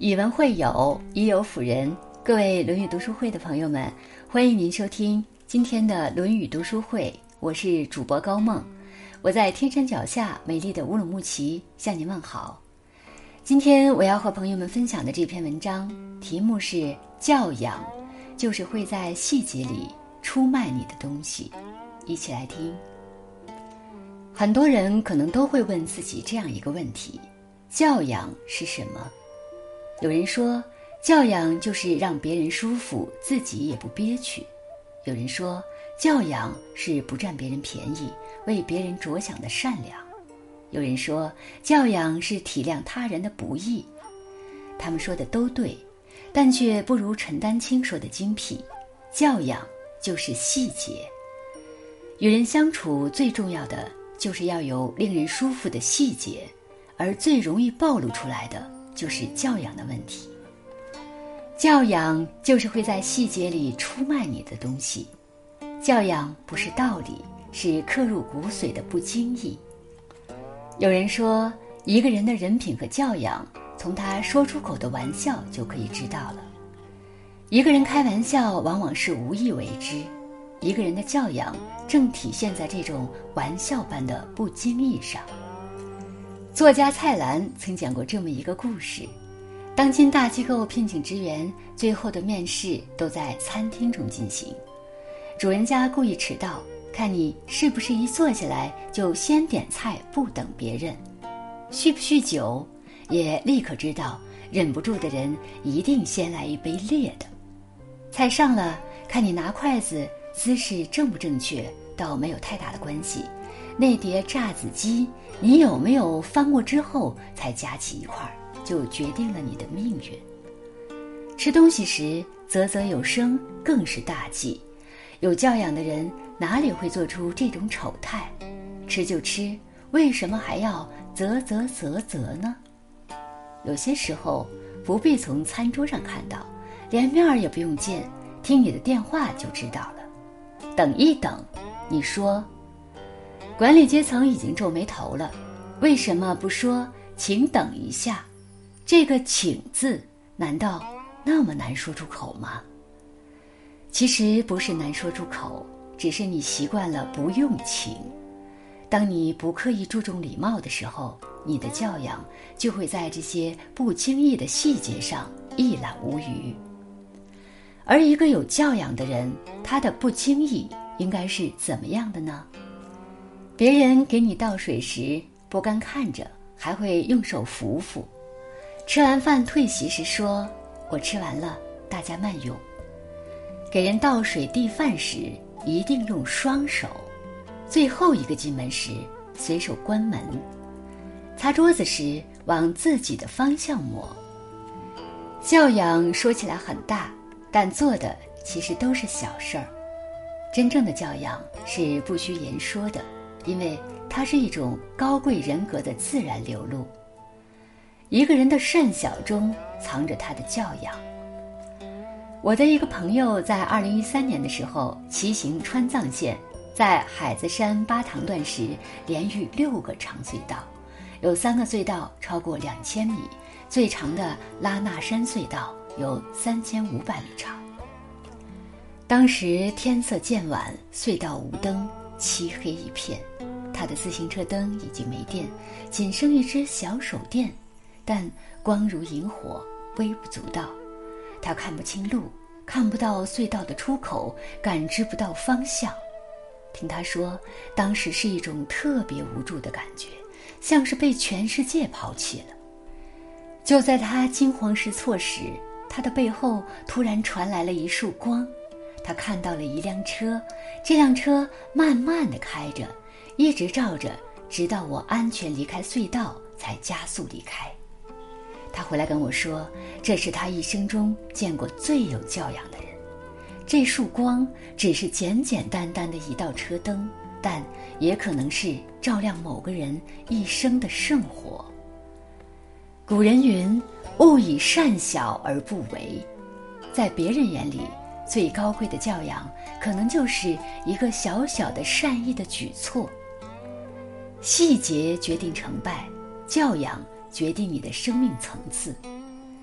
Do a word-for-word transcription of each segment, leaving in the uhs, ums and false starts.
以文会友，以友辅仁。各位论语读书会的朋友们，欢迎您收听今天的论语读书会，我是主播高梦，我在天山脚下美丽的乌鲁木齐向您问好。今天我要和朋友们分享的这篇文章题目是教养就是会在细节里出卖你的东西。一起来听。很多人可能都会问自己这样一个问题，教养是什么？有人说教养就是让别人舒服，自己也不憋屈。有人说教养是不占别人便宜，为别人着想的善良。有人说教养是体谅他人的不易。他们说的都对，但却不如陈丹青说的精辟。教养就是细节。与人相处最重要的就是要有令人舒服的细节，而最容易暴露出来的就是教养的问题。教养就是会在细节里出卖你的东西。教养不是道理，是刻入骨髓的不经意。有人说，一个人的人品和教养，从他说出口的玩笑就可以知道了。一个人开玩笑往往是无意为之，一个人的教养正体现在这种玩笑般的不经意上。作家蔡澜曾讲过这么一个故事，当今大机构聘请职员，最后的面试都在餐厅中进行。主人家故意迟到，看你是不是一坐下来就先点菜不等别人，酗不酗酒，也立刻知道忍不住的人一定先来一杯烈的。菜上了，看你拿筷子姿势正不正确倒没有太大的关系，那碟炸子鸡你有没有翻过之后才夹起一块，就决定了你的命运。吃东西时啧啧有声更是大忌，有教养的人哪里会做出这种丑态？吃就吃，为什么还要啧啧啧啧呢？有些时候不必从餐桌上看到，连面儿也不用见，听你的电话就知道了。等一等，你说管理阶层已经皱眉头了，为什么不说请等一下？这个请字难道那么难说出口吗？其实不是难说出口，只是你习惯了不用请。当你不刻意注重礼貌的时候，你的教养就会在这些不经意的细节上一览无余。而一个有教养的人，他的不经意应该是怎么样的呢？别人给你倒水时，不干看着，还会用手扶扶。吃完饭退席时说，我吃完了，大家慢用。给人倒水递饭时，一定用双手。最后一个进门时，随手关门。擦桌子时，往自己的方向抹。教养说起来很大，但做的其实都是小事儿。真正的教养是不需言说的，因为它是一种高贵人格的自然流露。一个人的善小中藏着他的教养。我的一个朋友在二零一三年的时候骑行川藏线，在海子山八塘段时连遇六个长隧道，有三个隧道超过两千米，最长的拉纳山隧道有三千五百米长。当时天色渐晚，隧道无灯，漆黑一片，他的自行车灯已经没电，仅剩一只小手电，但光如萤火，微不足道。他看不清路，看不到隧道的出口，感知不到方向。听他说，当时是一种特别无助的感觉，像是被全世界抛弃了。就在他惊慌失措时，他的背后突然传来了一束光，他看到了一辆车，这辆车慢慢地开着，一直照着，直到我安全离开隧道才加速离开。他回来跟我说，这是他一生中见过最有教养的人。这束光只是简简单单的一道车灯，但也可能是照亮某个人一生的圣火。古人云，勿以善小而不为。在别人眼里，最高贵的教养可能就是一个小小的善意的举措。细节决定成败，教养决定你的生命层次。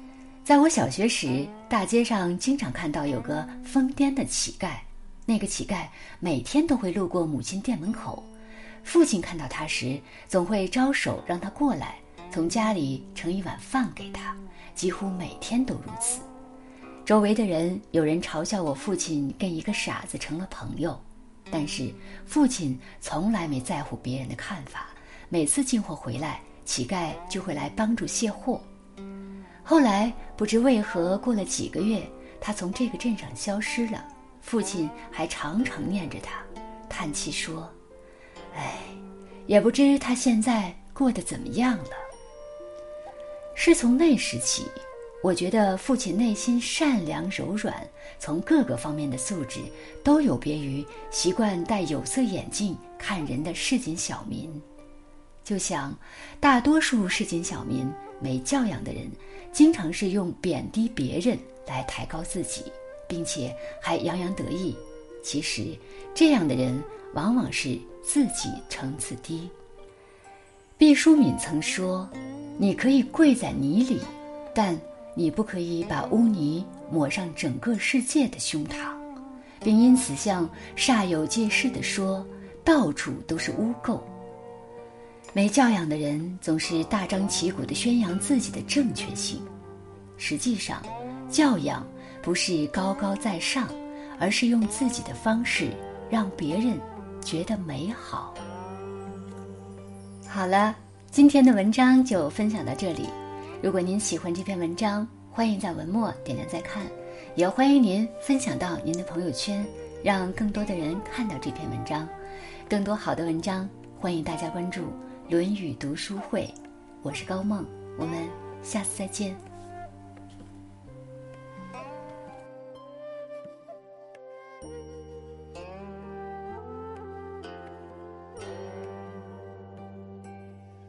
在我小学时，大街上经常看到有个疯癫的乞丐，那个乞丐每天都会路过母亲店门口，父亲看到他时，总会招手让他过来，从家里盛一碗饭给他，几乎每天都如此。周围的人有人嘲笑我父亲跟一个傻子成了朋友，但是父亲从来没在乎别人的看法，每次进货回来，乞丐就会来帮助卸货。后来不知为何，过了几个月，他从这个镇上消失了，父亲还常常念着他，叹气说：哎，也不知他现在过得怎么样了。是从那时起，我觉得父亲内心善良柔软，从各个方面的素质都有别于习惯戴有色眼镜看人的市井小民。就像大多数市井小民、没教养的人，经常是用贬低别人来抬高自己，并且还洋洋得意。其实这样的人往往是自己层次低。毕淑敏曾说，你可以跪在泥里，但你不可以把污泥抹上整个世界的胸膛，并因此向煞有介事地说，到处都是污垢。没教养的人总是大张旗鼓地宣扬自己的正确性，实际上教养不是高高在上，而是用自己的方式让别人觉得美好。好了，今天的文章就分享到这里。如果您喜欢这篇文章，欢迎在文末点亮再看，也欢迎您分享到您的朋友圈，让更多的人看到这篇文章。更多好的文章，欢迎大家关注论语读书会，我是高梦，我们下次再见。